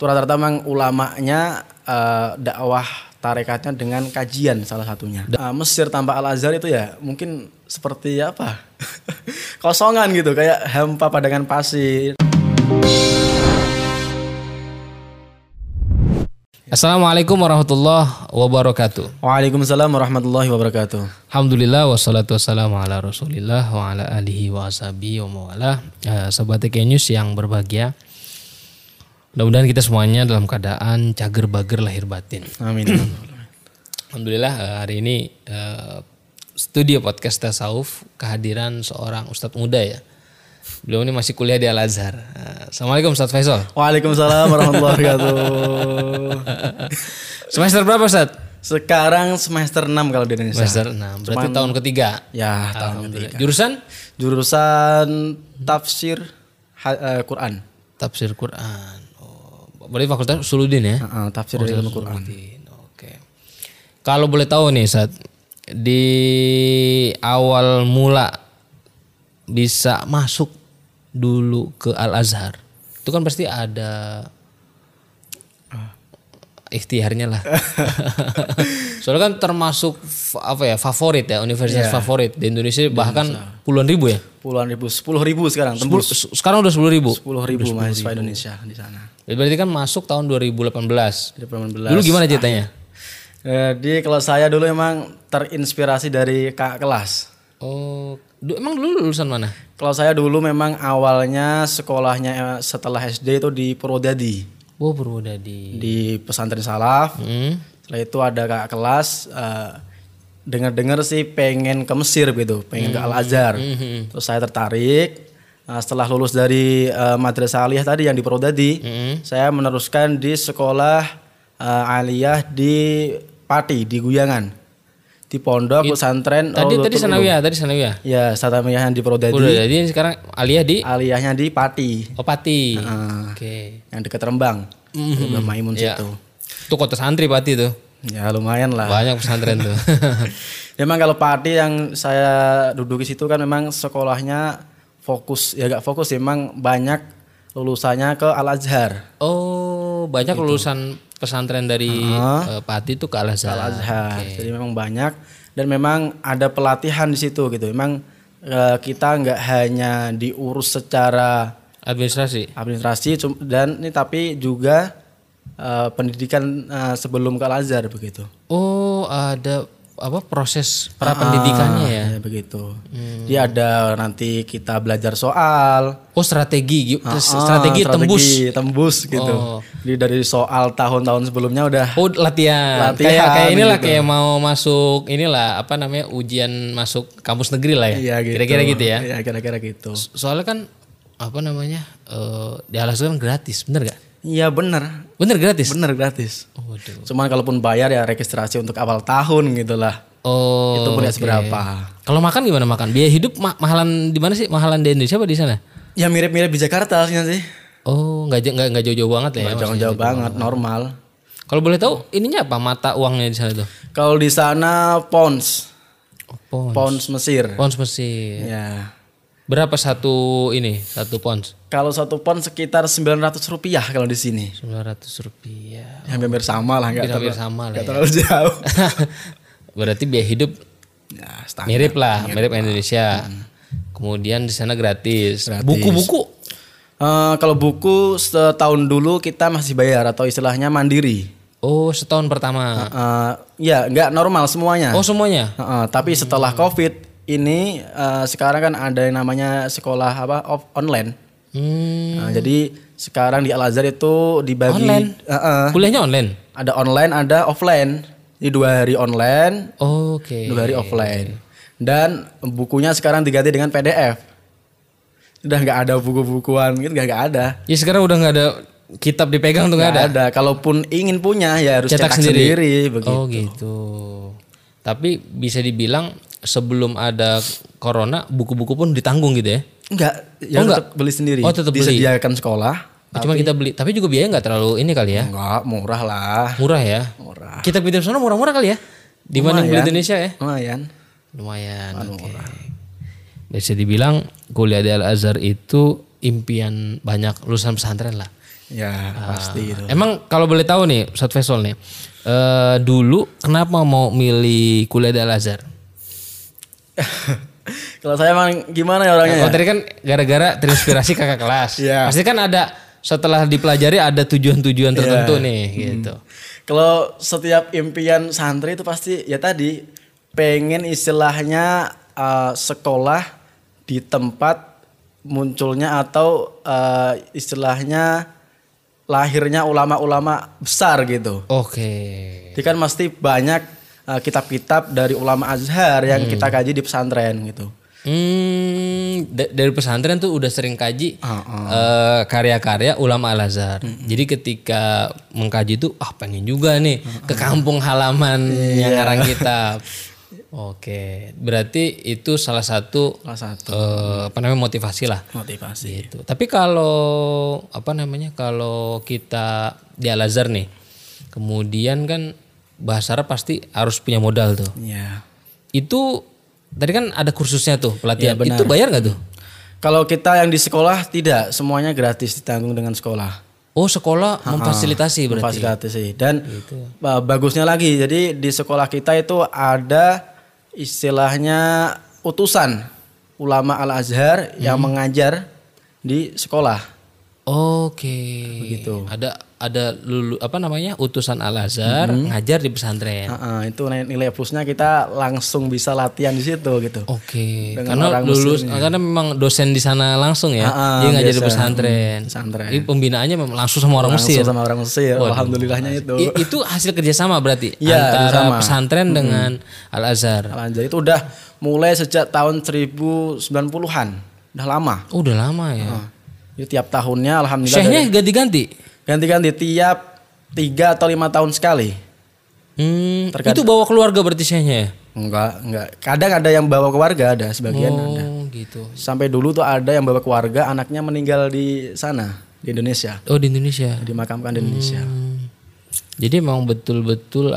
Itu rata-rata memang ulamanya dakwah tarekatnya dengan kajian salah satunya. Mesir tanpa Al-Azhar itu ya mungkin seperti apa? Kosongan gitu, kayak hampa padang pasir. Assalamualaikum warahmatullahi wabarakatuh. Waalaikumsalam warahmatullahi wabarakatuh. Alhamdulillah wassalatu wassalamu ala Rasulillah wa ala alihi wa ashabihi wa mawala. Sobat TK News yang berbahagia. Mudah-mudahan kita semuanya dalam keadaan cager bager lahir batin. Amin. Alhamdulillah hari ini studio podcast Tasawuf kehadiran seorang ustadz muda ya. Beliau ini masih kuliah di Al-Azhar. Assalamualaikum Ustadz Faisal. Waalaikumsalam warahmatullahi wabarakatuh. Semester berapa Ustadz? Sekarang semester 6 kalau di Indonesia. Semester 6. Berarti tahun ketiga. Ya, tahun ketiga. Jurusan tafsir Quran. Tafsir Quran. Oh, berarti fakultas Usuluddin ya? Tafsir dari ilmu Quran. Oke. Kalau boleh tahu nih Ustadz, di awal mula bisa masuk dulu ke Al-Azhar, itu kan pasti ada ikhtiarnya lah. Soalnya kan termasuk favorit ya, universitas favorit di Indonesia, bahkan puluhan ribu ya. Puluhan ribu, 10.000 sekarang. Sekarang udah 10.000. 10.000 mahasiswa Indonesia di sana. Berarti kan masuk tahun 2018. Dulu gimana ceritanya? Jadi kalau saya dulu emang terinspirasi dari kakak kelas. Oh, emang dulu lulusan mana? Kalau saya dulu memang awalnya sekolahnya setelah SD itu di Purwodadi. Oh, Purwodadi. Di pesantren salaf. Setelah itu ada kakak kelas dengar-dengar sih pengen ke Mesir gitu, pengen ke Al-Azhar. Terus saya tertarik. Setelah lulus dari Madrasah Aliyah tadi yang di Purwodadi, saya meneruskan di sekolah Aliyah di Pati di Guyangan. Di pondok pesantren tadi sanawiyah. Ya, sanawiyah yang di Purwodadi. Jadi sekarang aliyahnya di Pati. Oh, Pati. Oke. Yang dekat Rembang. Rembang Maimun situ. Itu kota santri Pati tuh. Ya, lumayan lah. Banyak pesantren tuh. Memang kalau Pati yang saya duduki situ kan memang sekolahnya fokus, ya gak fokus, memang banyak lulusannya ke Al-Azhar. Oh, banyak gitu. Lulusan pesantren dari Pati itu ke Al-Azhar. Jadi memang banyak dan memang ada pelatihan di situ gitu. Memang kita nggak hanya diurus secara administrasi dan ini tapi juga pendidikan sebelum ke Al-Azhar begitu. Oh, ada proses pra pendidikannya ya begitu. Dia ada nanti kita belajar soal. Oh, strategi tembus gitu. Jadi dari soal tahun-tahun sebelumnya udah latihan. Kayak inilah gitu. Kayak mau masuk ujian masuk kampus negeri lah ya. Iya, gitu. Kira-kira gitu ya. Iya, kira-kira gitu. Soalnya kan di Al-Azhar kan gratis, bener gak? Iya bener gratis. Oh, cuman kalaupun bayar ya registrasi untuk awal tahun gitulah. Oh, itu punya seberapa. Kalau makan gimana makan? Biaya hidup mahalan di mana sih? Mahalan di Indonesia apa di sana? Ya mirip-mirip di Jakarta sih. Oh, nggak jauh-jauh banget ya? Jauh-jauh banget, normal. Kalau boleh tahu ininya apa mata uangnya di sana tuh? Kalau di sana pounds. Pounds Mesir. Ya. Berapa satu pounds? Kalau 1 pounds sekitar 900 rupiah kalau di sini. 900 rupiah. Hampir sama lah, nggak terlalu jauh. Berarti biaya hidup ya, mirip Indonesia. Kemudian di sana gratis. Buku-buku? Kalau buku setahun dulu kita masih bayar atau istilahnya mandiri. Oh, setahun pertama. Ya nggak normal semuanya. Oh, semuanya. Tapi setelah COVID ini sekarang kan ada yang namanya sekolah online. Jadi sekarang di Al-Azhar itu dibagi online. Kuliahnya online. Ada online, ada offline. Di 2 hari online. Oke. 2 hari offline. Dan bukunya sekarang diganti dengan PDF. Udah nggak ada buku-bukuan gitu, nggak ada. Ya sekarang udah nggak ada kitab dipegang tuh nggak ada. Kalaupun ingin punya ya harus cetak sendiri begitu. Oh gitu. Tapi bisa dibilang sebelum ada corona buku-buku pun ditanggung gitu ya? Enggak, tetap beli sendiri. Oh, tetap beli. Disediakan sekolah. Cuma kita beli, tapi juga biaya nggak terlalu ini kali ya? Enggak, murah lah. Murah ya? Murah. Kitab sana murah-murah kali ya? Dibanding beli Indonesia ya? Lumayan. Murah. Bisa dibilang kuliah di Al-Azhar itu impian banyak lulusan pesantren lah. Ya pasti itu. Emang kalau boleh tahu nih Ustadz Faisal nih, dulu kenapa mau milih kuliah di Al-Azhar? Kalau saya emang gimana ya orangnya? Kalau tadi kan gara-gara terinspirasi kakak kelas. Iya. Pasti kan ada setelah dipelajari ada tujuan-tujuan tertentu nih gitu. Kalau setiap impian santri itu pasti ya tadi pengen istilahnya sekolah di tempat munculnya atau istilahnya lahirnya ulama-ulama besar gitu. Oke. Jadi kan pasti banyak kitab-kitab dari ulama Azhar yang kita kaji di pesantren gitu. Dari pesantren tuh udah sering kaji karya-karya ulama Al-Azhar. Jadi ketika mengkaji tuh pengen juga nih ke kampung halaman yang ngarang kitab. Oke, berarti itu salah satu motivasi lah. Motivasi. Gitu. Tapi kalau kalau kita di Al-Azhar nih, kemudian kan bahasa Arab pasti harus punya modal tuh. Iya. Itu tadi kan ada kursusnya tuh pelatihan. Ya, itu bayar nggak tuh? Kalau kita yang di sekolah tidak, semuanya gratis ditanggung dengan sekolah. Oh, sekolah memfasilitasi berarti. Memfasilitasi dan bagusnya lagi. Jadi di sekolah kita itu ada istilahnya utusan ulama Al-Azhar yang mengajar di sekolah. Oke. Begitu. Ada utusan Al-Azhar ngajar di pesantren. Itu nilai plusnya kita langsung bisa latihan di situ gitu. Oke. Karena memang dosen di sana langsung ya. Dia ngajar di pesantren. Ini pembinaannya memang langsung sama orang Mesir. Langsung sama orang Mesir. Waduh. Alhamdulillahnya itu. Itu hasil kerjasama berarti ya, antara pesantren dengan Al-Azhar. Al-Azhar itu udah mulai sejak tahun 1090-an. Udah lama. Oh, udah lama ya. Jadi tiap tahunnya alhamdulillah. Syekhnya ganti-ganti. Ganti-ganti tiap 3 atau 5 tahun sekali. Itu bawa keluarga berarti syekhnya ya? Enggak. Kadang ada yang bawa keluarga, ada sebagian ada. Gitu. Sampai dulu tuh ada yang bawa keluarga, anaknya meninggal di sana, di Indonesia. Oh, di Indonesia. Dimakamkan di Indonesia. Jadi memang betul-betul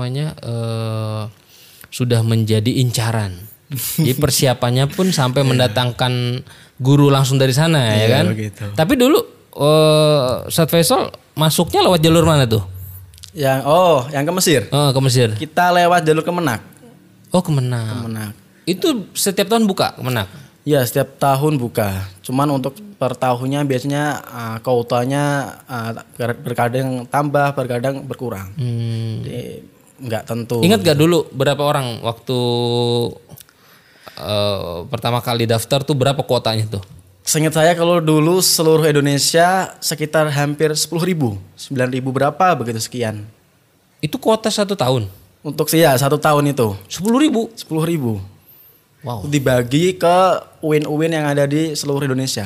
sudah menjadi incaran. Jadi persiapannya pun sampai mendatangkan guru langsung dari sana ya kan? Gitu. Tapi dulu Ustadz Faisal masuknya lewat jalur mana tuh? Yang ke Mesir. Ke Mesir. Kita lewat jalur Kemenak. Oh, Kemenak. Itu setiap tahun buka Kemenak? Ya, setiap tahun buka. Cuman untuk per tahunnya biasanya kuotanya berkadang tambah, berkadang berkurang. Jadi nggak tentu. Ingat gak dulu berapa orang waktu pertama kali daftar tuh berapa kuotanya tuh? Seingat saya kalau dulu seluruh Indonesia sekitar hampir 10.000, 9.000 berapa begitu sekian. Itu kuota 1 tahun? Untuk 1 tahun itu 10.000? 10.000. Wow. Dibagi ke UIN-UIN yang ada di seluruh Indonesia.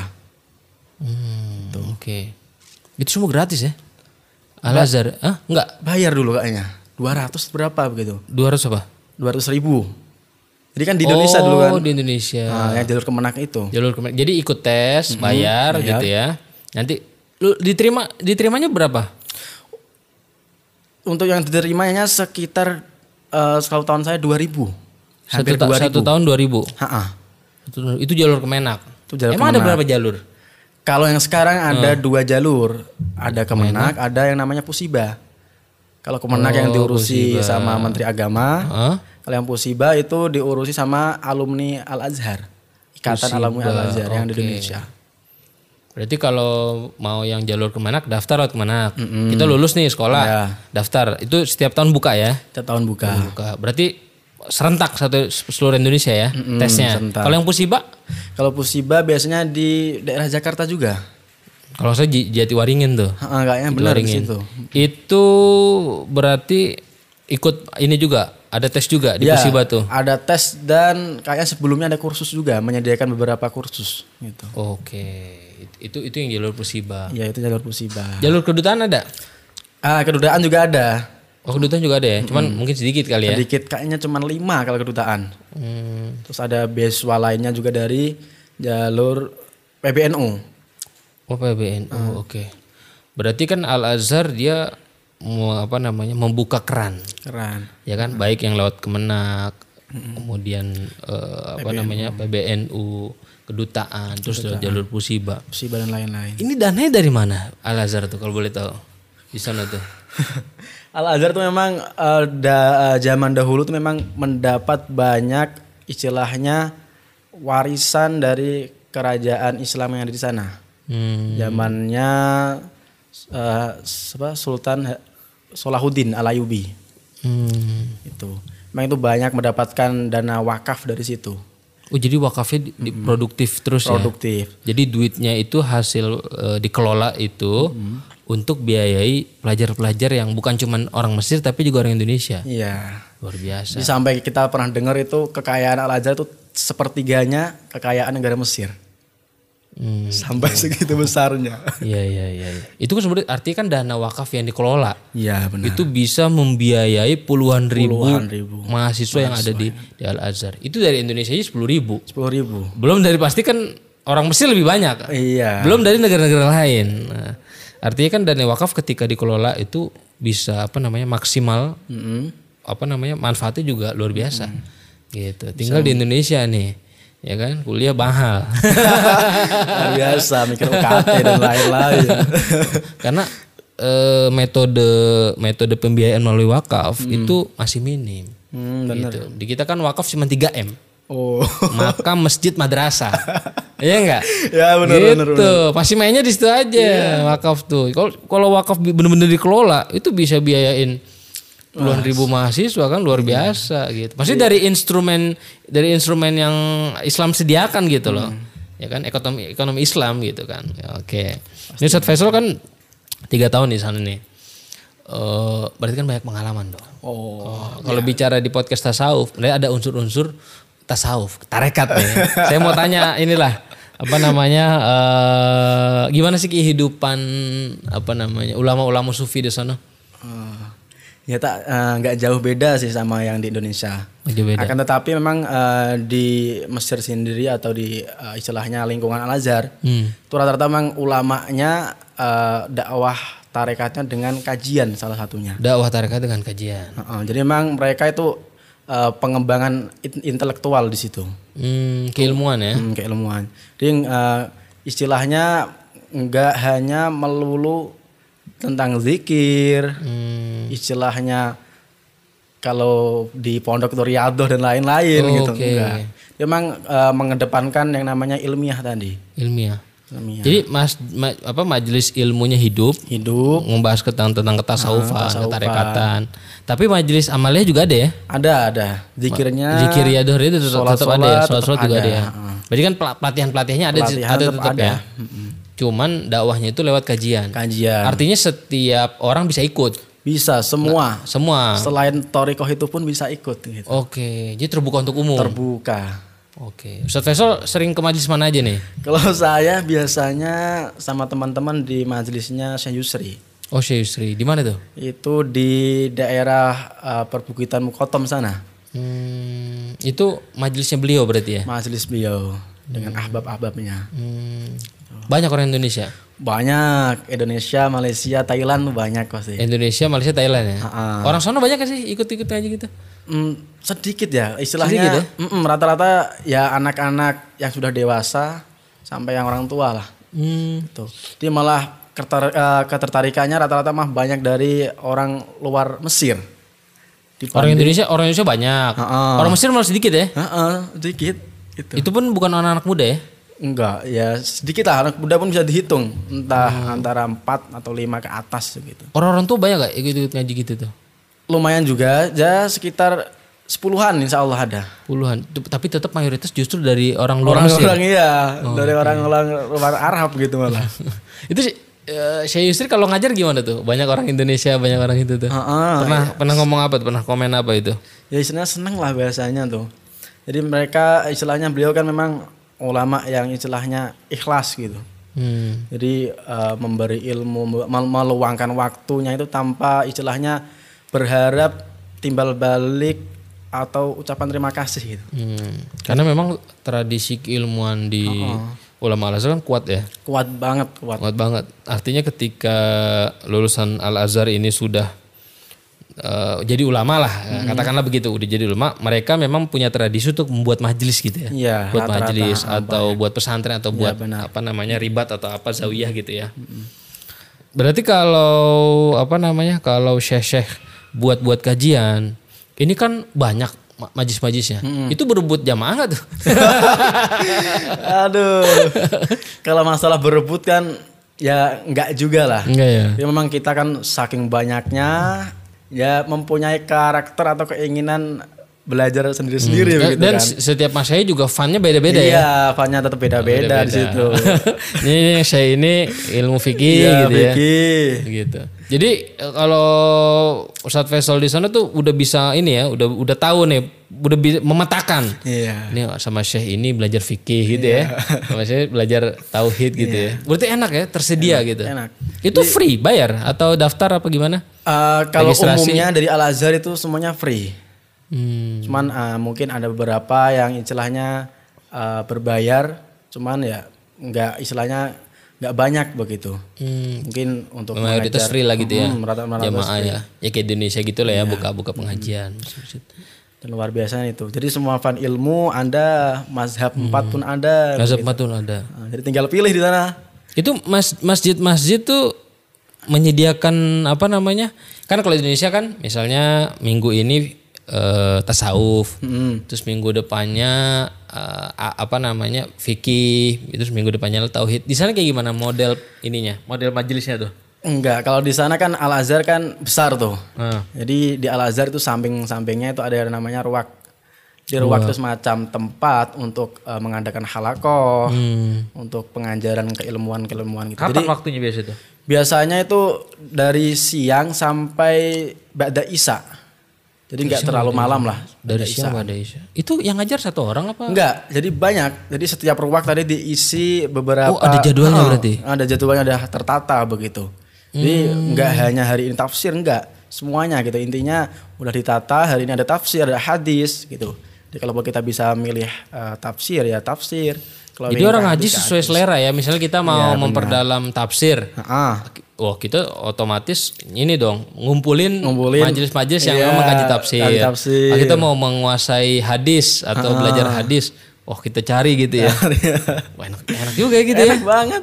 Oke. Itu semua gratis ya? Al-Azhar? Enggak. Bayar dulu kayaknya. 200 berapa begitu? 200 apa? 200.000. Jadi kan di Indonesia dulu kan. Oh, di Indonesia. Yang jalur Kemenak itu. Jadi ikut tes, bayar gitu ya. Nanti lu diterimanya berapa? Untuk yang diterimanya sekitar kalau tahun saya 2.000. Hampir 2.000. 1 tahun 2.000. Itu jalur Kemenak. Emang ada berapa jalur? Kalau yang sekarang ada 2 jalur. Ada Kemenak, ada yang namanya Pusiba. Kalau Kemenak yang diurusi sama Menteri Agama. Kalau yang Pusiba itu diurusi sama alumni Al-Azhar. Ikatan Alumni Al-Azhar yang di Indonesia. Berarti kalau mau yang jalur Kemenak daftar lewat Kemenak. Kita lulus nih sekolah, daftar. Itu setiap tahun buka ya? Setiap tahun buka. Berarti serentak seluruh Indonesia ya tesnya. Kalau yang Pusiba? Kalau Pusiba biasanya di daerah Jakarta juga. Kalau saya Jatiwaringin tuh. Kayaknya benar di situ. Itu berarti ikut ini juga, ada tes juga di Pusiba tuh. Ada tes dan kayaknya sebelumnya ada kursus juga, menyediakan beberapa kursus gitu. Oke. Itu yang jalur Pusiba. Iya, itu jalur Pusiba. Jalur kedutaan ada? Kedutaan juga ada. Oh, kedutaan juga ada ya? Cuman mungkin sedikit kali ya? Sedikit, kayaknya cuman 5 kalau kedutaan. Terus ada beasiswa lainnya juga dari jalur PBNU. Oh, PBNU, oke. Berarti kan Al-Azhar dia membuka keran. Ya kan, baik yang lewat Kemenak, kemudian PBNU, kedutaan, terus jalur Pusiba. Pusiba dan lain-lain. Ini dananya dari mana Al Azhar tuh kalau boleh tahu di sana tuh? Al Azhar tuh memang zaman dahulu tuh memang mendapat banyak istilahnya warisan dari kerajaan Islam yang ada di sana. Zamannya Sultan Salahuddin Al-Ayyubi. Itu. Memang itu banyak mendapatkan dana wakaf dari situ. Oh jadi wakafnya produktif terus produktif. Ya? Jadi duitnya itu hasil dikelola itu untuk biayai pelajar-pelajar yang bukan cuma orang Mesir tapi juga orang Indonesia. Iya. Luar biasa. Jadi sampai kita pernah dengar itu kekayaan Al-Azhar itu sepertiganya kekayaan negara Mesir. Sampai segitu besarnya. Iya. Itu kan sebenarnya artinya kan dana wakaf yang dikelola. Iya benar. Itu bisa membiayai puluhan ribu mahasiswa yang ada di Al Azhar. Itu dari Indonesia aja 10.000. 10.000. Belum dari pasti kan orang Mesir lebih banyak. Iya. Belum dari negara-negara lain. Nah, artinya kan dana wakaf ketika dikelola itu bisa maksimal. Manfaatnya juga luar biasa. Gitu. Tinggal di Indonesia nih. Ya kan, kuliah mahal. Luar biasa, mikir UKT dan lain-lain. Karena metode pembiayaan melalui wakaf itu masih minim. Benar. Gitu. Di kita kan wakaf cuma 3M. Oh. Maka masjid madrasah. Iya enggak? Ya benar gitu. benar. Pasti mainnya di situ aja wakaf tuh. Kalau wakaf benar-benar dikelola itu bisa biayain puluhan ribu mahasiswa kan luar biasa gitu. Pasti dari instrumen yang Islam sediakan gitu loh. Ya kan ekonomi Islam gitu kan. Ya, oke. Ini Ustadz Faisal kan 3 tahun di sana nih. Berarti kan banyak pengalaman dong. Kalau bicara di podcast tasawuf, ada unsur-unsur tasawuf, tarekat nih. Saya mau tanya inilah gimana sih kehidupan ulama-ulama sufi di sana? Ya nggak jauh beda sih sama yang di Indonesia. Akan tetapi memang di Mesir sendiri atau di istilahnya lingkungan Al Azhar, itu rata-rata memang ulamanya dakwah tarekatnya dengan kajian salah satunya. Dakwah tarekat dengan kajian. Jadi memang mereka itu pengembangan intelektual di situ. Keilmuan ya. Keilmuan. Jadi istilahnya nggak hanya melulu tentang zikir, istilahnya kalau di pondok itu riyadhah dan lain-lain gitu. Enggak. Dia memang mengedepankan yang namanya ilmiah tadi. Ilmiah. Jadi majelis ilmunya hidup, membahas tentang ketasawufan, ketarekatan. Tapi majelis amalnya juga ada ya? Ada. Zikirnya, zikir riyadhah itu tetap ada ya, sholat juga ada ya. Berarti kan pelatihan-pelatihannya ada tetap ya. Cuman dakwahnya itu lewat kajian. Artinya setiap orang bisa ikut. Bisa, semua. Selain thariqah itu pun bisa ikut gitu. Oke, jadi terbuka untuk umum. Terbuka. Oke. Ustadz Faisal sering ke majelis mana aja nih? Kalau saya biasanya sama teman-teman di majelisnya Syekh Yusri. Oh, Syekh Yusri. Di mana tuh? Itu di daerah perbukitan Muqattam sana. Itu majelisnya beliau berarti ya? Majelis beliau dengan ahbab-ahbabnya. Banyak orang Indonesia? Banyak. Indonesia, Malaysia, Thailand banyak pasti. Indonesia, Malaysia, Thailand ya? Orang sana banyak gak sih ikut-ikut aja gitu? Sedikit ya. Istilahnya sedikit ya? Rata-rata ya anak-anak yang sudah dewasa sampai yang orang tua lah. Tuh. Dia malah ketertarikannya rata-rata mah banyak dari orang luar Mesir. Orang Indonesia banyak. Orang Mesir malah sedikit ya? Sedikit. Itu pun bukan anak-anak muda ya? Enggak, ya sedikit lah. Anak muda pun bisa dihitung. Entah antara 4 atau 5 ke atas gitu. Orang-orang tua banyak gak ikut ngaji gitu tuh? Lumayan juga, ya sekitar 10-an insya Allah ada. Puluhan, tapi tetap mayoritas justru dari orang luar Mesir? Orang iya, dari orang-orang luar Arab gitu malah. Itu Syekh Yusri kalau ngajar gimana tuh? Banyak orang Indonesia, banyak orang itu tuh. Pernah ngomong apa tuh? Pernah komen apa itu? Ya istilahnya seneng lah biasanya tuh. Jadi mereka istilahnya beliau kan memang ulama yang istilahnya ikhlas gitu. Jadi memberi ilmu, meluangkan waktunya itu tanpa istilahnya berharap timbal balik atau ucapan terima kasih gitu. Karena memang tradisi keilmuan di ulama Al-Azhar kan kuat ya. Kuat banget. Artinya ketika lulusan Al-Azhar ini sudah jadi ulama lah, katakanlah begitu, udah jadi ulama, mereka memang punya tradisi untuk membuat majelis gitu ya. Iya, Buat rata-rata majelis atau buat pesantren atau buat benar. apa namanya ribat atau apa zawiyah gitu ya. Berarti kalau apa namanya kalau syekh-syekh buat kajian, ini kan banyak majlis-majlisnya. Itu berebut jamaah nggak tuh? Aduh. Kalau masalah berebut kan ya enggak juga lah. Enggak ya. Ya memang kita kan saking banyaknya ya mempunyai karakter atau keinginan belajar sendiri-sendiri begitu Dan kan. setiap mas saya juga funnya beda-beda ya. Iya, fannya tetap beda-beda di situ. Ini saya ini ilmu fikih Iya, gitu ya. fikih. Gitu. Jadi kalau Ustadz Faisal di sana tuh udah bisa ini ya, udah tahu nih, udah bisa memetakan. Iya. Ini sama Syekh ini belajar fikih gitu ya. Sama Syekh belajar tauhid gitu ya. Berarti enak ya, tersedia gitu. enak. Itu free bayar atau daftar apa gimana? Kalau Registrasi? umumnya dari Al Azhar itu semuanya free. Cuman mungkin ada beberapa yang istilahnya berbayar, cuman ya nggak istilahnya nggak banyak begitu. Mungkin untuk Mayoritas free lah gitu ya. Rata-rata Jamaah free. ya. Ya kayak Indonesia gitu lah ya, buka-buka pengajian. Dan luar biasa itu. Jadi semua fan ilmu Anda, mazhab 4 pun ada. Mazhab Matun ada. Nah, jadi tinggal pilih di sana. Itu masjid-masjid tuh menyediakan apa namanya? Kan kalau di Indonesia kan misalnya minggu ini tasawuf, terus minggu depannya apa namanya fikih, terus minggu depannya tauhid. Di sana kayak gimana model ininya, model majelisnya tuh? Enggak, kalau di sana kan Al Azhar kan besar tuh. Ah. Jadi di Al Azhar itu samping-sampingnya itu ada yang namanya ruwak. Di ruwak itu semacam tempat untuk mengadakan halakoh, untuk pengajaran keilmuan-keilmuan gitu. Kapan Jadi waktunya biasa tuh? biasanya itu dari siang sampai ba'da isya. Jadi nggak terlalu malam lah. Dari siang pada isya. Itu yang ngajar satu orang apa? Enggak, jadi banyak. Jadi setiap ruwak tadi diisi beberapa. Oh, ada jadwalnya berarti? Ada jadwalnya, ada tertata begitu. Jadi enggak hanya hari ini tafsir, enggak. Semuanya gitu. Intinya udah ditata, hari ini ada tafsir, ada hadis gitu. Jadi kalau kita bisa milih tafsir ya tafsir. Kalau Jadi ingin orang hadis, ngaji ya sesuai hadis. selera ya. Misalnya kita mau Iya, memperdalam tafsir. Wah kita otomatis ini dong ngumpulin majelis-majelis yang iya, memang mengkaji tafsir. kaji tafsir. Nah, kita mau menguasai hadis atau belajar hadis, kita cari gitu ya. Wah, enak juga ya gitu Enak ya. banget.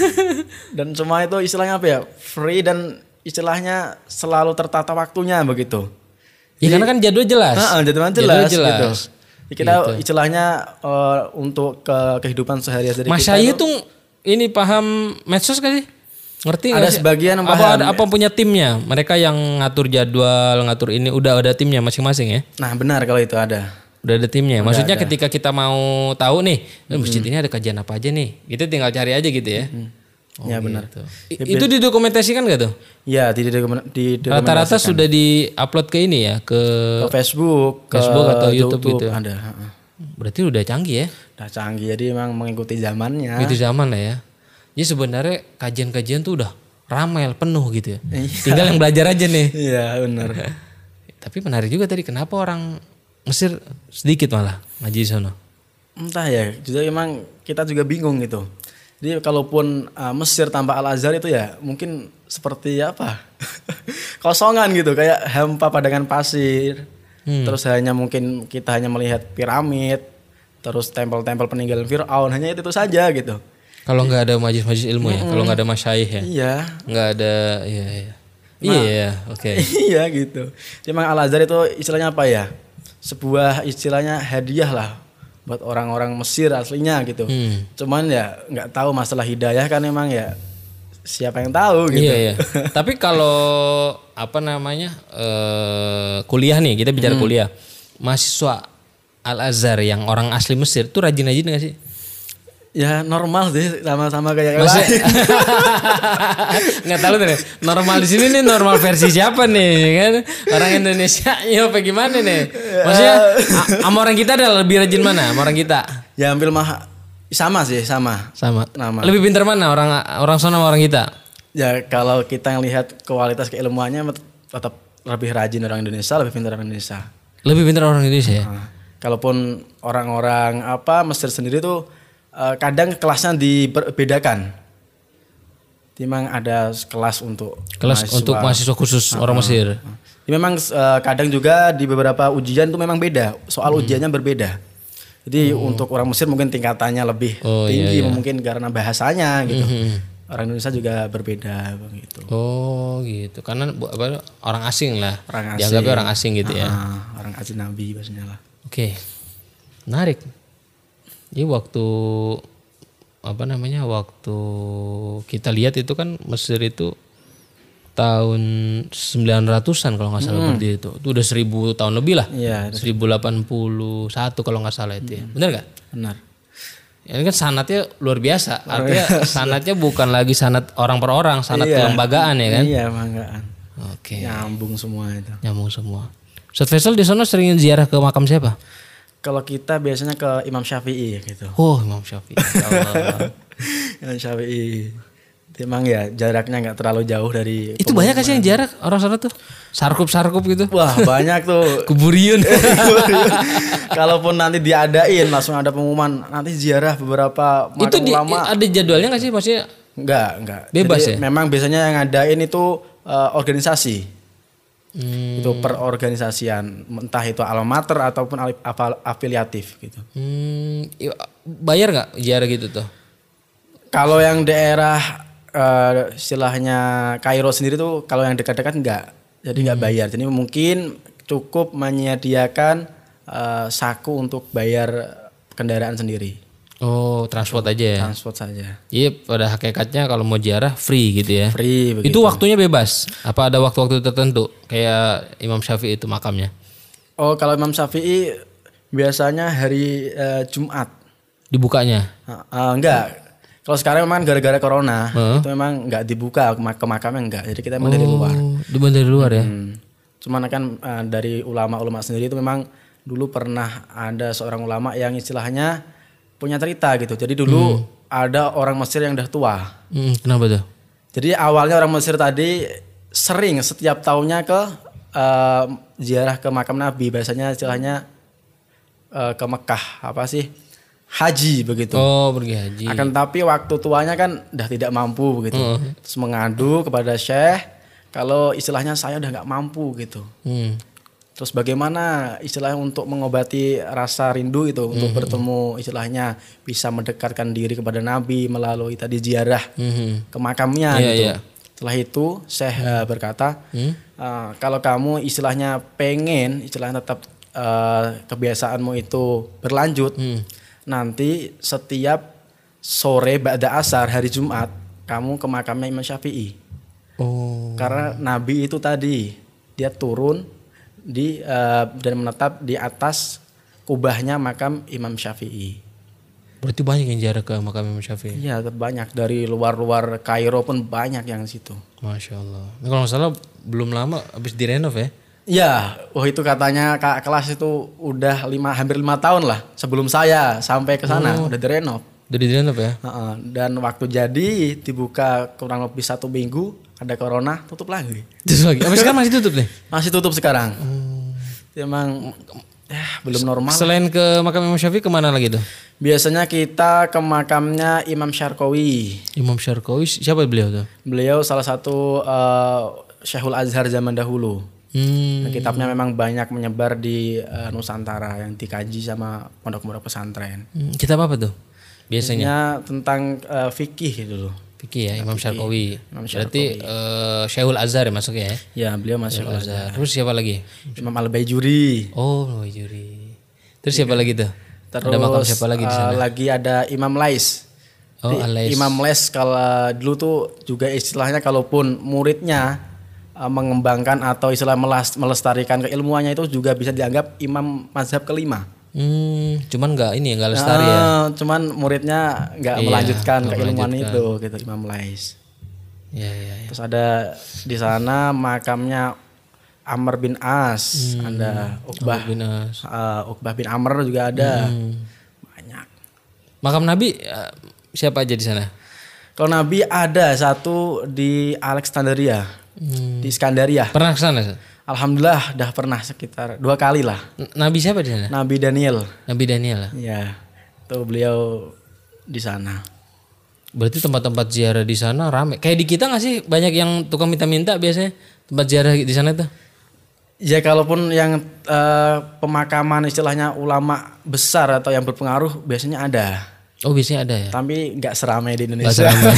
Dan semua itu istilahnya apa ya? Free dan istilahnya selalu tertata waktunya begitu. Ya karena kan jadwal jelas. Jadwal jelas. Gitu. Ya, kita Gitu. istilahnya untuk kehidupan sehari-hari Mas kita Syahyi tuh ini paham medsos gak sih? Ngerti nggak ada sih? sebagian yang apa paham. apa punya timnya? Mereka yang ngatur jadwal, ngatur ini udah ada timnya masing-masing ya? Nah benar kalau itu ada. Udah ada timnya. Maksudnya ketika kita mau tahu nih, masjid ini ada kajian apa aja nih? Kita tinggal cari aja gitu ya. Ya benar. Gitu. Itu didokumentasikan gak tuh? Ya Rata-rata sudah di-upload ke ini ya, ke Facebook, atau YouTube gitu. Ada. Berarti udah canggih ya? Udah canggih, jadi memang mengikuti zamannya. Itu zaman lah ya. Jadi sebenarnya kajian-kajian tuh udah ramai penuh gitu ya. Tinggal yang belajar aja nih. Iya benar. Tapi menarik juga tadi kenapa orang Mesir sedikit malah ngaji di sana. Entah ya, jadi memang kita juga bingung gitu. Jadi kalaupun Mesir tanpa Al Azhar itu ya mungkin seperti apa? Kosongan gitu, kayak hampa padangan pasir. Terus mungkin kita hanya melihat piramid, terus tempel-tempel peninggalan Firaun, hanya itu saja gitu. Kalau nggak ada majelis-majelis ilmu ya, kalau nggak ada masyaikh ya, Iya. nggak ada, iya, oke. Iya gitu. Memang Al Azhar itu istilahnya apa ya? Sebuah istilahnya hadiah lah buat orang-orang Mesir aslinya gitu. Cuman ya nggak tahu masalah hidayah kan memang ya siapa yang tahu gitu. Iya. Tapi kalau apa namanya kuliah nih, kita bicara kuliah, mahasiswa Al Azhar yang orang asli Mesir tuh rajin-rajin nggak sih? Ya normal sih, sama-sama kayak yang Maksud, lain. nggak tahu tuh nih, normal di sini nih normal versi siapa nih kan? Orang Indonesia ya apa gimana nih? Maksudnya sama orang kita ada lebih rajin mana? Sama orang kita? Ya hampir sama sih, sama. Nama. Lebih pintar mana orang sana sama orang kita? Ya kalau kita yang lihat kualitas keilmuannya tetap lebih rajin orang Indonesia, lebih pintar orang Indonesia. Lebih pintar orang Indonesia ya? Kalaupun orang-orang Mesir sendiri tuh kadang kelasnya dibedakan. Memang ada kelas untuk mahasiswa khusus orang Mesir. Memang kadang juga di beberapa ujian itu memang beda, soal ujiannya berbeda. Jadi untuk orang Mesir mungkin tingkatannya lebih tinggi, mungkin karena bahasanya gitu. Orang Indonesia juga berbeda begitu. Oh gitu, karena orang asing lah, Orang asing. dianggapnya orang asing gitu ya. Orang ajnabi maksudnya lah. Oke, menarik. Jadi waktu waktu kita lihat itu kan Mesir itu tahun 900-an kalau nggak salah berdiri itu udah 1000 tahun lebih lah. Iya. 1081 kalau nggak salah itu ya. Benar nggak? Benar. Ini kan sanatnya luar biasa. Artinya sanatnya bukan lagi sanat orang per orang, sanat kelembagaan ya kan? Iya, kelembagaan. Oke. Nyambung semua itu. Nyambung semua. Ustaz Faisal di sana sering ziarah ke makam siapa? Kalau kita biasanya ke Imam Syafi'i gitu. Oh, Imam Syafi'i. Imam Syafi'i. Emang ya jaraknya nggak terlalu jauh dari. Itu banyak kasih yang jarak orang sana tuh. Sarkup gitu. Wah banyak tuh. Kuburiun. Kalaupun nanti diadain langsung ada pengumuman nanti ziarah beberapa makam itu ulama. Ada jadwalnya nggak sih maksudnya? Enggak. Bebas. Jadi, ya? memang biasanya yang ngadain itu organisasi. Itu perorganisasian, entah itu alma mater ataupun afiliatif gitu. Bayar nggak ziarah gitu tuh? Kalau yang daerah istilahnya Kairo sendiri tuh kalau yang dekat-dekat enggak, jadi enggak bayar. Jadi mungkin cukup menyediakan saku untuk bayar kendaraan sendiri. Oh, transport aja ya? Transport saja. Iya, pada hakikatnya kalau mau ziarah free gitu ya? Free begitu. Itu waktunya bebas? Apa ada waktu-waktu tertentu? Kayak Imam Syafi'i itu makamnya? Oh, kalau Imam Syafi'i biasanya hari Jumat. Dibukanya? Enggak. Kalau sekarang memang gara-gara corona itu memang nggak dibuka ke makamnya enggak. Jadi kita memang dari luar. Dari luar ya. Cuman kan dari ulama-ulama sendiri itu memang dulu pernah ada seorang ulama yang istilahnya punya cerita gitu. Jadi dulu ada orang Mesir yang udah tua. Kenapa tuh? Jadi awalnya orang Mesir tadi sering setiap tahunnya ke ziarah ke makam Nabi. Biasanya istilahnya ke Mekah haji begitu. Oh, pergi haji. Akan tapi waktu tuanya kan udah tidak mampu begitu. Terus mengadu kepada Syekh kalau istilahnya saya udah nggak mampu gitu. Terus bagaimana istilahnya untuk mengobati rasa rindu itu untuk bertemu istilahnya bisa mendekatkan diri kepada Nabi melalui tadi ziarah ke makamnya gitu. Setelah itu Syekh berkata kalau kamu istilahnya pengen istilahnya tetap kebiasaanmu itu berlanjut. Nanti setiap sore ba'da asar hari Jumat kamu ke makamnya Imam Syafi'i. Oh. Karena Nabi itu tadi dia turun dan menetap di atas kubahnya makam Imam Syafi'i. Berarti banyak yang ziarah ke makam Imam Syafi'i? Iya banyak, dari luar-luar Kairo pun banyak yang situ. Masya Allah. Ini kalau nggak salah belum lama habis direnov ya? Iya, itu katanya kak kelas itu udah hampir 5 tahun lah sebelum saya sampai ke sana udah direnov. Udah direnov ya? Dan waktu jadi dibuka kurang lebih 1 minggu, ada corona, tutup lagi. Tutup lagi? Sampai sekarang masih tutup nih? Masih tutup sekarang. Emang belum normal. Selain ke makam Imam Syafi'i kemana lagi tuh? Biasanya kita ke makamnya Imam Syarqawi. Imam Syarqawi siapa beliau tuh? Beliau salah satu Syekhul Azhar zaman dahulu. Kitabnya memang banyak menyebar di Nusantara yang dikaji sama pondok-pondok pesantren. Kitab apa tuh? Biasanya tentang fikih dulu. Fikih ya, Imam Syarqawi. Berarti Syekhul Azhar ya masuknya ya? Ya, beliau masuk Syekhul Azhar. Terus siapa lagi? Imam Al-Baijuri. Oh, Al-Baijuri. Terus siapa lagi tuh? Terus ada makam siapa lagi di sana? Lagi ada Imam Lais. Oh, Al-Lais. Imam Lais kalau dulu tuh juga istilahnya kalaupun muridnya mengembangkan atau istilah melestarikan keilmuannya itu juga bisa dianggap imam mazhab kelima. Cuman nggak lestari ya. Cuman muridnya nggak melanjutkan keilmuan itu gitu, Imam Lais. Iya. Terus ada di sana makamnya Amr bin As, ada Uqbah bin Amr juga ada. Banyak. Makam Nabi siapa aja di sana? Kalau Nabi ada satu di Alexandria. Di Iskandaria. Pernah ke sana? Alhamdulillah udah pernah sekitar 2 kali lah. Nabi siapa di sana? Nabi Daniel. Nabi Daniel. Iya. Tuh beliau di sana. Berarti tempat-tempat ziarah di sana rame. Kayak di kita nggak sih banyak yang tukang minta-minta biasanya tempat ziarah di sana tuh? Ya kalaupun yang pemakaman istilahnya ulama besar atau yang berpengaruh biasanya ada. Oh biasanya ada ya? Tapi nggak seramai di Nggak Indonesia. seramai.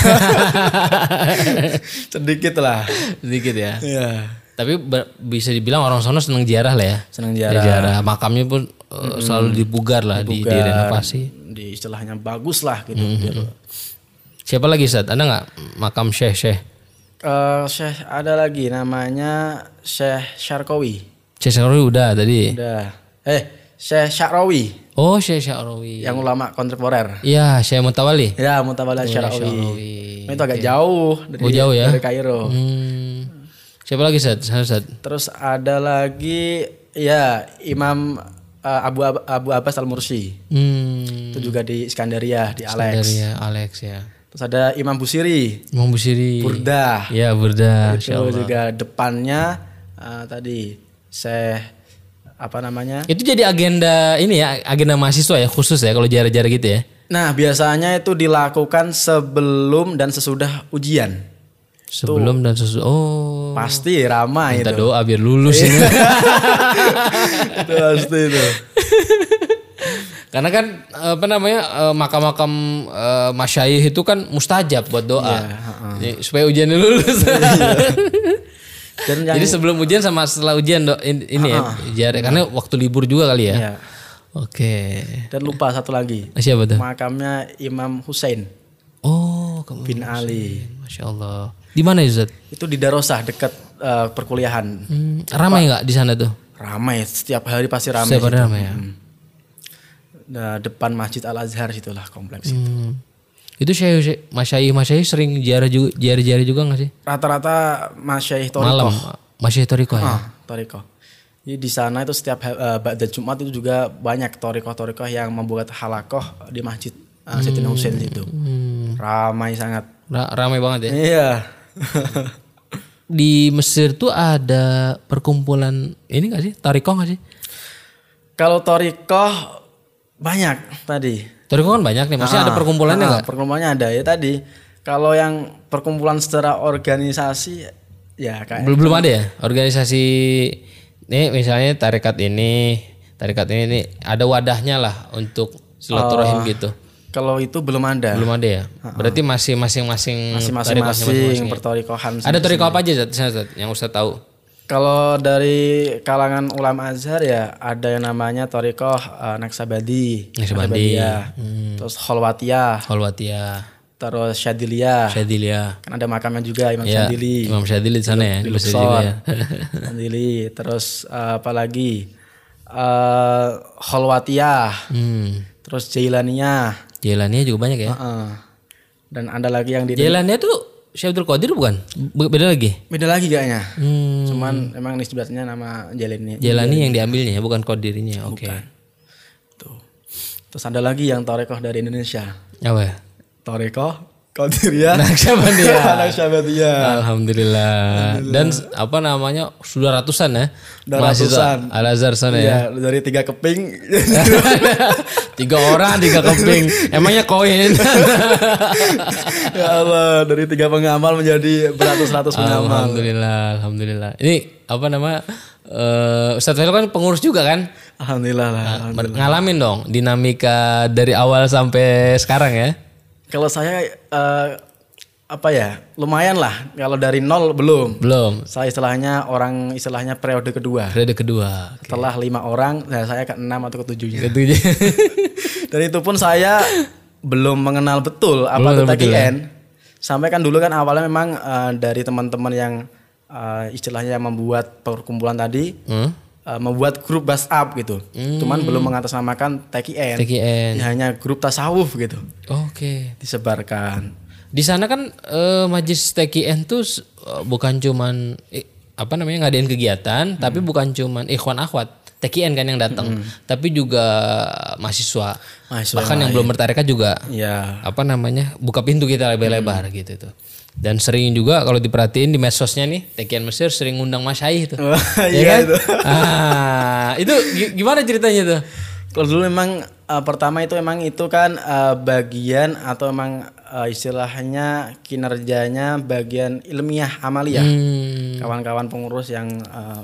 Sedikit lah. Sedikit ya. Iya. Tapi bisa dibilang orang sono seneng ziarah lah ya. Senang Ya, ziarah. ziarah. Makamnya pun selalu dipugar lah, direnovasi. Di istilahnya bagus lah gitu. Siapa lagi Ustaz? Ada nggak makam Syekh? Syekh ada lagi namanya Syekh Syarqawi. Syekh Syarawi udah tadi. Udah. Syekh Syarawi Oh Syekh Syarawi. yang ulama kontemporer. Iya Syekh Mutawali. Ya, Mutawalla Syarawi. Syarawi. Itu agak jauh dari, jauh ya? dari Kairo. Siapa lagi Ustaz? Terus ada lagi ya Imam Abu Abbas Al-Mursi. Itu juga di Iskandaria di Alex. Dari Alex ya. Terus ada Imam Busiri. Imam Busiri. Burdah. Ya Burdah. Itu juga depannya tadi Syekh apa namanya? Itu jadi agenda ini ya, agenda mahasiswa ya khusus ya kalau jarak-jarak gitu ya. Nah, biasanya itu dilakukan sebelum dan sesudah ujian. Sebelum dan sesudah. Oh. Pasti ramai Minta itu. doa biar lulus ini. Itu pasti itu. Karena kan apa namanya makam-makam masyayikh itu kan mustajab buat doa. Jadi, supaya ujiannya lulus. Dan yang, Jadi sebelum ujian sama setelah ujian ini ya, jarak karena waktu libur juga kali ya. ya. Oke. Dan lupa satu lagi. Siapa tuh? Makamnya Imam Husain Oh, kamu bin Ali. Masya Allah. Di mana ya Ustaz? Itu di Darosah dekat perkuliahan. Ramai nggak di sana tuh? Ramai, setiap hari pasti ramai. Setiap hari ramai ya. Nah, depan Masjid Al Azhar situlah kompleks itu. Itu masyayikh sering ziarah juga nggak sih? Rata-rata masyaikh Malam Thariqah. masyayikh Thariqah ya. Thariqah. Jadi di sana itu setiap ba'da Jumat itu juga banyak Thariqah yang membuat halakoh di Masjid Sayyidina Husain itu. Ramai sangat. Ramai banget ya. Iya. Di Mesir tuh ada perkumpulan ini nggak sih? Thariqah nggak sih? Kalau Thariqah banyak tadi. Thariqah kan banyak nih. Maksudnya ada perkumpulannya nggak? Perkumpulannya ada ya tadi. Kalau yang perkumpulan secara organisasi ya kayak Belum ada ya organisasi. Nih misalnya tarekat ini nih, ada wadahnya lah untuk silaturahim gitu. kalau itu belum ada. Belum ada ya. Berarti masih masing-masing pertorikohan. Ada thariqah apa aja Ustaz, yang Ustaz tahu? Kalau dari kalangan ulama Azhar ya ada yang namanya thariqah Naqsabandi. Ya. Terus Kholwatiyah. Terus Syadiliyah. Kan ada makamnya juga Imam Ya, Syadili. Imam Syadili di sana ya, Di di Mesir Luxor. juga ya. Syadili. Terus apa lagi? Kholwatiyah. Terus Jailaniyah. Jailaniyah juga banyak ya. Dan ada lagi yang di Jailaniyah tuh Syekh Abdul Qadir bukan? Beda lagi? beda lagi kayaknya. Cuman emang nisbatnya nama Jailani. Jailani yang diambilnya bukan Qadirinya. Oke. Tuh. Terus ada lagi yang thariqah dari Indonesia. Apa ya? Thariqah Qadiriyah. Naqsabandiyah. Alhamdulillah. Dan apa namanya? Sudah ratusan ya. Sudah mahasiswa ratusan. Al-Azhar sana ya. Iya, dari 3 keping. 3 orang 3 keping. Emangnya koin. Ya Allah, dari 3 pengamal menjadi beratus-ratus pengamal. Alhamdulillah. Ini apa nama? Ustadz Velo kan pengurus juga kan? Alhamdulillah lah. Ngalamin dong dinamika dari awal sampai sekarang ya. Kalau saya apa ya? Lumayan lah. Kalau dari nol belum. Saya istilahnya periode kedua. Periode kedua. Setelah 5 orang, saya ke 6 atau ke 7-nya. Dan itu pun saya belum mengenal betul apa itu TKN. Sampai kan dulu kan awalnya memang dari teman-teman yang istilahnya membuat perkumpulan tadi, membuat grup WhatsApp gitu. Cuman belum mengatasnamakan TKN. Ya, hanya grup tasawuf gitu. Oke. Disebarkan. Di sana kan Majlis TKN tuh bukan cuman ngadain kegiatan, tapi bukan cuman ikhwan akhwat TKN kan yang datang, tapi juga mahasiswa bahkan yang belum bertarekat juga. Ya. Buka pintu kita lebar-lebar gitu tuh. Dan sering juga kalau diperhatiin di medsosnya nih TKN Mesir sering ngundang masyayikh tuh. Iya kan? Itu gimana ceritanya tuh? Kalau dulu memang pertama itu memang itu kan bagian atau memang istilahnya kinerjanya bagian ilmiah amaliyah. Kawan-kawan pengurus yang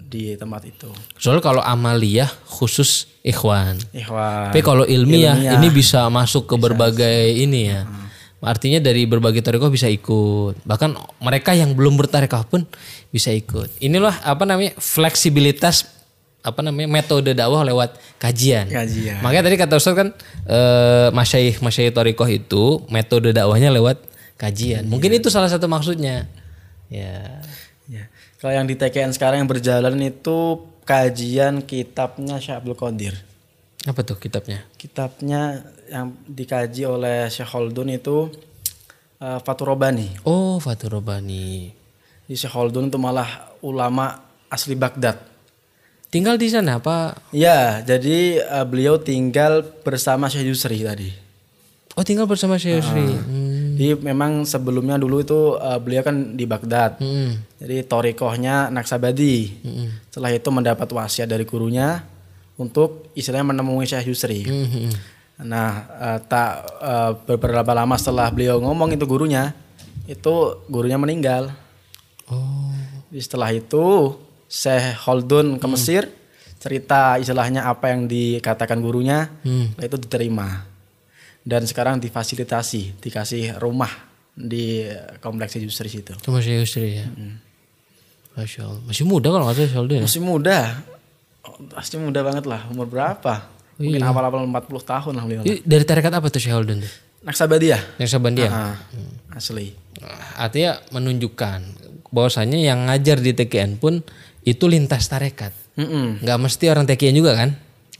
di tempat itu. Soalnya kalau amaliyah khusus ikhwan. Ikhwan. Tapi kalau ilmiah ini bisa masuk ke berbagai ini ya. Artinya dari berbagai tarekat bisa ikut. Bahkan mereka yang belum bertarekat pun bisa ikut. Inilah fleksibilitas metode dakwah lewat kajian. Makanya tadi kata Ustaz kan masyaikh tarekat itu metode dakwahnya lewat kajian. Mungkin itu salah satu maksudnya. Ya. Kalau yang di TKN sekarang yang berjalan itu kajian kitabnya Syekh Abdul Qadir. Apa tuh kitabnya? Kitabnya yang dikaji oleh Syekh Khaldun itu Fathur Rabbani. Oh, Fathur Rabbani. Di Syekh Khaldun itu malah ulama asli Baghdad. Tinggal di sana apa? Ya, jadi beliau tinggal bersama Syekh Yusri tadi. Oh, tinggal bersama Syekh Yusri. Jadi memang sebelumnya dulu itu beliau kan di Baghdad. Jadi torikohnya Naksabadi. Setelah itu mendapat wasiat dari gurunya untuk istilahnya menemui Syekh Yusri. Nah, beberapa lama setelah beliau ngomong itu gurunya meninggal. Oh. Jadi setelah itu Syekh Khaldun ke Mesir, cerita istilahnya apa yang dikatakan gurunya, itu diterima. Dan sekarang difasilitasi, dikasih rumah di kompleks Yusri situ. Cuma Syekh Yusri ya. Masya Allah. Masih muda kalau nggak salah Khaldun. Masih muda. Pasti muda banget lah. Umur berapa? Mungkin awal-awal 40 tahun lah beliau. Dari tarekat apa tuh Syekh Khaldun? Naksabandiyah. Naksabandiyah. Asli. Artinya menunjukkan bahwasanya yang ngajar di TKN pun itu lintas tarekat. Nggak mesti orang TKN juga kan?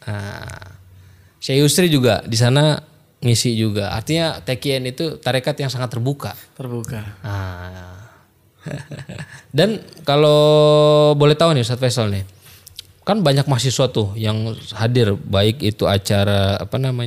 Syekh Yusri juga di sana ngisi juga. Artinya TKN itu tarekat yang sangat terbuka. Dan kalau boleh tahu nih Ustaz Faisal nih. Kan banyak mahasiswa tuh yang hadir, baik itu acara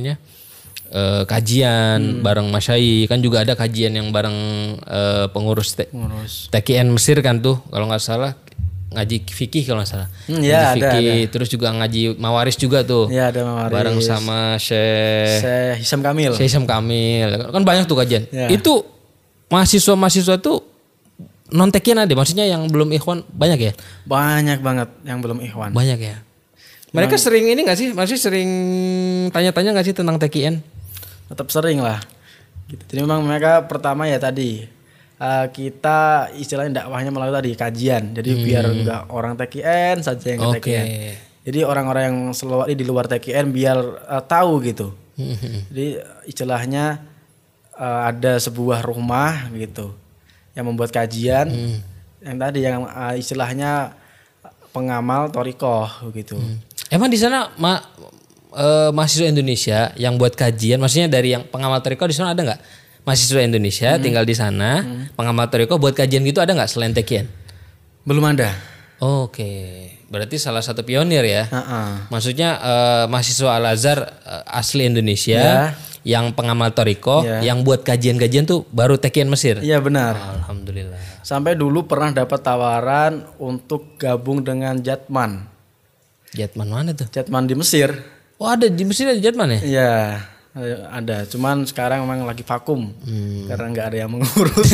kajian bareng masyayikh, kan juga ada kajian yang bareng pengurus TKN Mesir kan tuh kalau nggak salah, ngaji fikih kalau nggak salah. Ngaji fikih, ada. Terus juga ngaji mawaris juga tuh. Iya, ada mawaris. Bareng sama Syekh Hisam Kamil. Syekh Hisam Kamil. Kan banyak tuh kajian. Ya. Itu mahasiswa tuh non TKN ada, maksudnya yang belum ikhwan banyak ya? Banyak banget yang belum ikhwan. Banyak ya. Mereka sering ini nggak sih? Masih sering tanya-tanya nggak sih tentang TKN? Tetap sering lah. Gitu. Jadi memang mereka pertama ya tadi kita istilahnya dakwahnya melalui tadi kajian. Jadi biar enggak orang TKN saja yang ke TKN. Jadi orang-orang yang di luar TKN biar tahu gitu. Jadi istilahnya ada sebuah rumah gitu yang membuat kajian yang tadi yang istilahnya pengamal torikoh gitu. Emang di sana mahasiswa Indonesia yang buat kajian, maksudnya dari yang pengamal torikoh di sana ada nggak? Mahasiswa Indonesia tinggal di sana, pengamal torikoh buat kajian gitu ada nggak selain TKN? Belum ada. Oke, berarti salah satu pionir ya. Maksudnya mahasiswa Al Azhar asli Indonesia. Yang pengamal toriko, yang buat kajian-kajian tuh baru TKN Mesir. Iya benar. Alhamdulillah. Sampai dulu pernah dapat tawaran untuk gabung dengan Jatman. Jatman mana tuh? Jatman di Mesir. Oh ada di Mesir ada Jatman ya? Iya ada. Cuman sekarang memang lagi vakum karena nggak ada yang mengurus.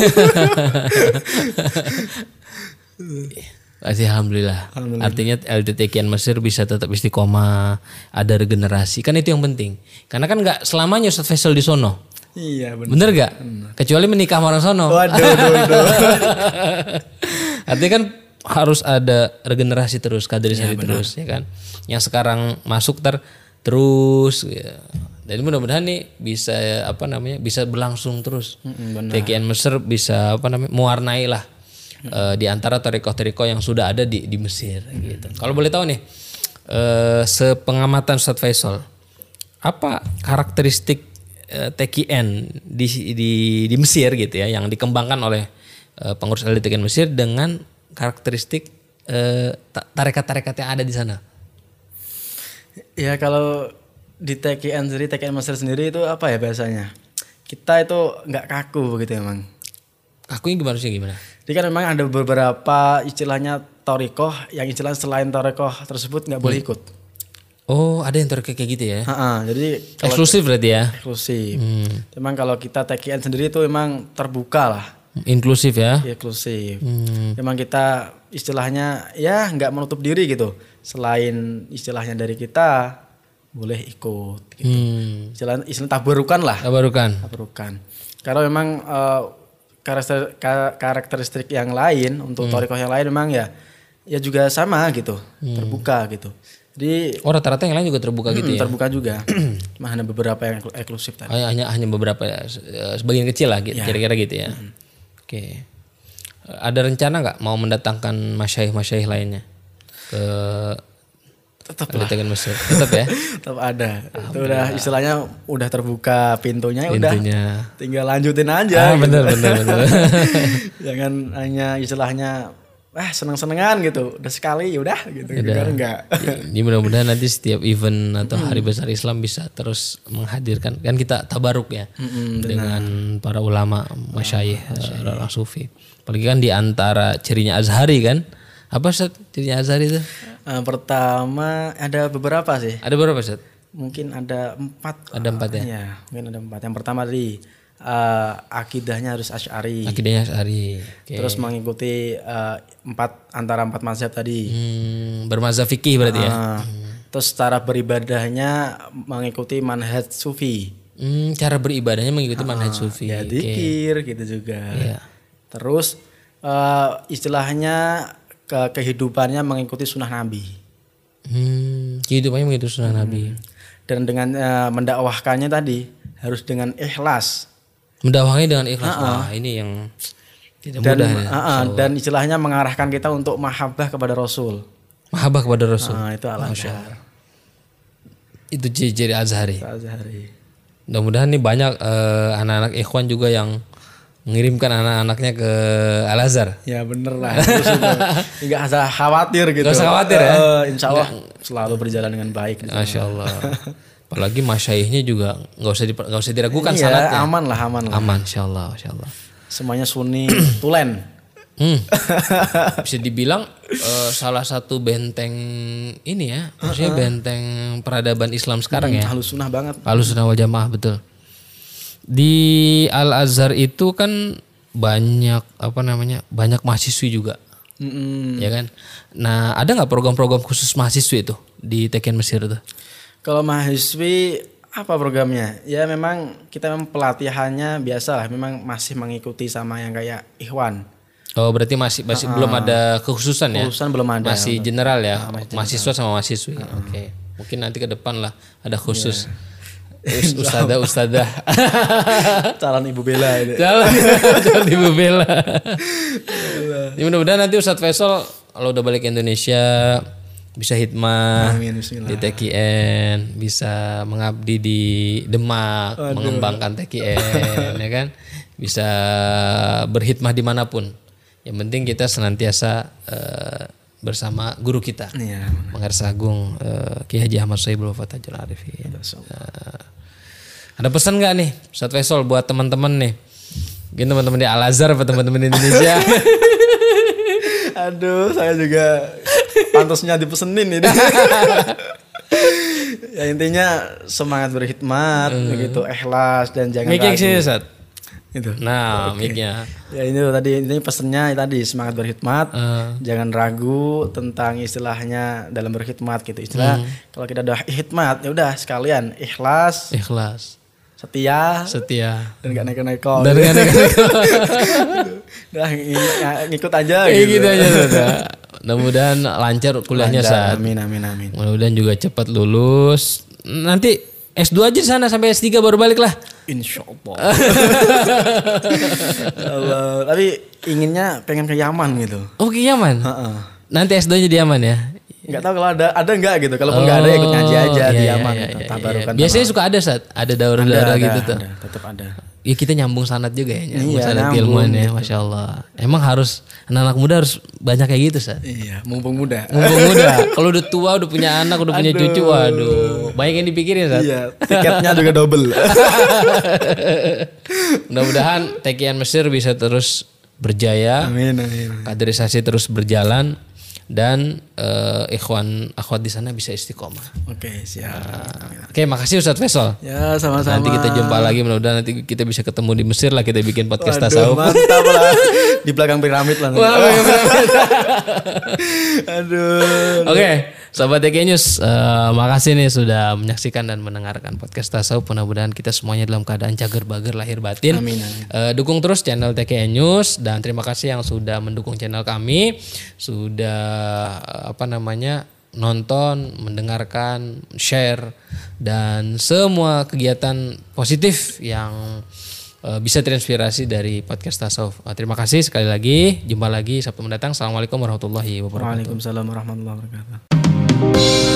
Alhamdulillah. Artinya LDTKN Mesir bisa tetap istiqomah, ada regenerasi. Kan itu yang penting. Karena kan nggak selamanya Ustaz Faisal di sono. Iya benar. Bener gak? Kecuali menikah sama orang sono. Waduh. Artinya kan harus ada regenerasi terus, kaderisasi terus, ya kan. Yang sekarang masuk terus. Ya. Jadi mudah-mudahan nih bisa bisa berlangsung terus. TKN Mesir bisa mewarnai lah. Di antara torikoh-torikoh yang sudah ada di Mesir gitu. Kalau boleh tahu nih, sepengamatan Ustaz Faisal, apa karakteristik TKN di Mesir gitu ya, yang dikembangkan oleh pengurus LDTKN Mesir dengan karakteristik tarekat-tarekat yang ada di sana? Ya kalau di TKN Mesir sendiri itu apa ya bahasanya? Kita itu nggak kaku begitu emang. Kakunya gimana sih gimana? Jadi kan memang ada beberapa istilahnya torikoh yang istilahnya selain torikoh tersebut nggak boleh ikut. Oh ada yang torikoh kayak gitu ya? Jadi eksklusif berarti ya? Eksklusif. Memang kalau kita TKN sendiri itu memang terbuka lah. Inklusif ya. inklusif. Memang kita istilahnya ya nggak menutup diri gitu. Selain istilahnya dari kita boleh ikut gitu. Istilah tabarukan lah. Tabarukan. Karena memang karakteristik yang lain untuk thariqah yang lain memang ya juga sama gitu, terbuka gitu. Jadi rata-rata yang lain juga terbuka gitu ya. Terbuka juga. Cuma hanya beberapa yang eksklusif tadi. Hanya beberapa ya, sebagian kecil lah kira-kira gitu ya. Oke. Ada rencana nggak mau mendatangkan masyaikh lainnya ke pendidikan Mesir? Tetap ya? Tetap ada. Itu udah istilahnya udah terbuka pintunya. Udah tinggal lanjutin aja. Bener. Jangan hanya istilahnya seneng-senengan gitu. Udah sekali udah gitu. Enggak. Ya, mudah-mudahan nanti setiap event atau hari besar Islam bisa terus menghadirkan. Kan kita tabaruk ya dengan para ulama, masyayikh, orang sufi. Apalagi kan di antara cirinya Azhari kan. Apa Ustaz cirinya Azhari itu? Pertama ada beberapa sih. Ada berapa Ustaz? Mungkin ada 4. Ada 4 ya? Iya, mungkin ada 4. Yang pertama tadi akidahnya harus Asy'ari. Okay. Terus mengikuti antara 4 mazhab tadi. Bermazhab fikih berarti ya. Terus cara beribadahnya mengikuti manhaj sufi. Cara beribadahnya mengikuti manhaj sufi. Ya dzikir gitu juga. Yeah. Terus istilahnya kehidupannya mengikuti sunnah Nabi. Kehidupannya mengikuti sunnah Nabi. Dan dengan mendakwahkannya tadi harus dengan ikhlas. Mendakwahnya dengan ikhlas. Wah, ini yang tidak mudah ya. Dan istilahnya mengarahkan kita untuk mahabbah kepada Rasul. Mahabbah kepada Rasul. Itu Al-Azhar. Itu ciri Azhari. Mudah-mudahan nih banyak anak-anak ikhwan juga yang mengirimkan anak-anaknya ke Al-Azhar. Ya bener lah. Enggak usah khawatir gitu. Enggak usah khawatir ya. Insya Allah selalu berjalan dengan baik. Masya Allah. Apalagi masyaikhnya juga nggak usah diragukan sanatnya. Aman lah. Aman, insya Allah. Semuanya Sunni tulen. Bisa dibilang salah satu benteng ini ya, maksudnya benteng peradaban Islam sekarang ya. Ahlus sunnah banget. Ahlus sunnah wal jamaah betul. Di Al-Azhar itu kan banyak banyak mahasiswi juga, ya kan. Nah ada nggak program-program khusus mahasiswi itu di TKN Mesir itu? Kalau mahasiswi apa programnya? Ya memang kita pelatihannya biasa lah. Memang masih mengikuti sama yang kayak Ikhwan. Oh berarti masih belum ada kekhususan ya? Kekhususan belum ada. Masih general ya, mahasiswa sama mahasiswi. Oke. Mungkin nanti ke depan lah ada khusus. Ustadzah. Calon Ibu Bella ini. Calon Ibu Bella. Ya, mudah-mudahan nanti Ustadz Faisal kalau udah balik ke Indonesia bisa hikmah di TKN, bisa mengabdi di Demak, mengembangkan TKN, ya kan? Bisa berhikmah dimanapun. Yang penting kita senantiasa bersama guru kita, Penggaris Agung Ki Haji Ahmad Sohibul Fathajul Arifin. Ada pesan nggak nih Ustadz Faisal buat teman-teman nih? Mungkin teman-teman di Al-Azhar atau teman-teman di Indonesia? Aduh, saya juga pantasnya dipesenin ini. Ya intinya semangat berkhidmat, begitu ikhlas dan jangan ragu. Itu. Nah, mic-nya. Ya ini tadi intinya pesennya tadi semangat berkhidmat, jangan ragu tentang istilahnya dalam berkhidmat gitu. Istilah kalau kita udah khidmat ya udah sekalian ikhlas, setia dan gak neko-neko. Udah ngikut aja gitu. Mudah-mudahan lancar kuliahnya saat. Amin. Mudah-mudahan juga cepat lulus. Nanti S2 aja di sana sampai S3 baru balik lah. Insyaallah. Tapi inginnya pengen ke Yaman gitu. Oh ke Yaman? Nanti S2 nya di Yaman ya? Enggak tahu kalau ada enggak gitu. Kalaupun enggak ada ikut ngaji aja di Yaman. Tabarukan. Biasanya suka ada saat ada daurah-daurah gitu tuh. Tetap ada. Ya kita nyambung sanad juga ya, nyambung sanad ilmuan ya, Masya Allah. Emang harus anak-anak muda harus banyak kayak gitu Sat. Iya, mumpung muda. Kalau udah tua, udah punya anak, udah punya cucu, waduh, banyak yang dipikirin Sat. Iya, tiketnya juga double. Mudah-mudahan TKN Mesir bisa terus berjaya. Amin. Kaderisasi terus berjalan dan ikhwan akhwat di sana bisa istiqomah. Oke, siap. Oke, makasih Ustadz Faisal. Ya, sama-sama. Nanti kita jumpa lagi, mudah-mudahan nanti kita bisa ketemu di Mesir lah, kita bikin podcast tasawuf. Mantap lah. Di belakang piramid lah. Wah, Aduh. Oke, Sobat TK News, makasih nih sudah menyaksikan dan mendengarkan podcast tasawuf. Mudah-mudahan kita semuanya dalam keadaan cager bager lahir batin. Amin. Dukung terus channel TK News dan terima kasih yang sudah mendukung channel kami, sudah nonton, mendengarkan, share dan semua kegiatan positif yang bisa terinspirasi dari podcast tasawuf. Terima kasih sekali lagi. Jumpa lagi Sabtu mendatang. Assalamualaikum warahmatullahi wabarakatuh. Waalaikumsalam warahmatullahi wabarakatuh.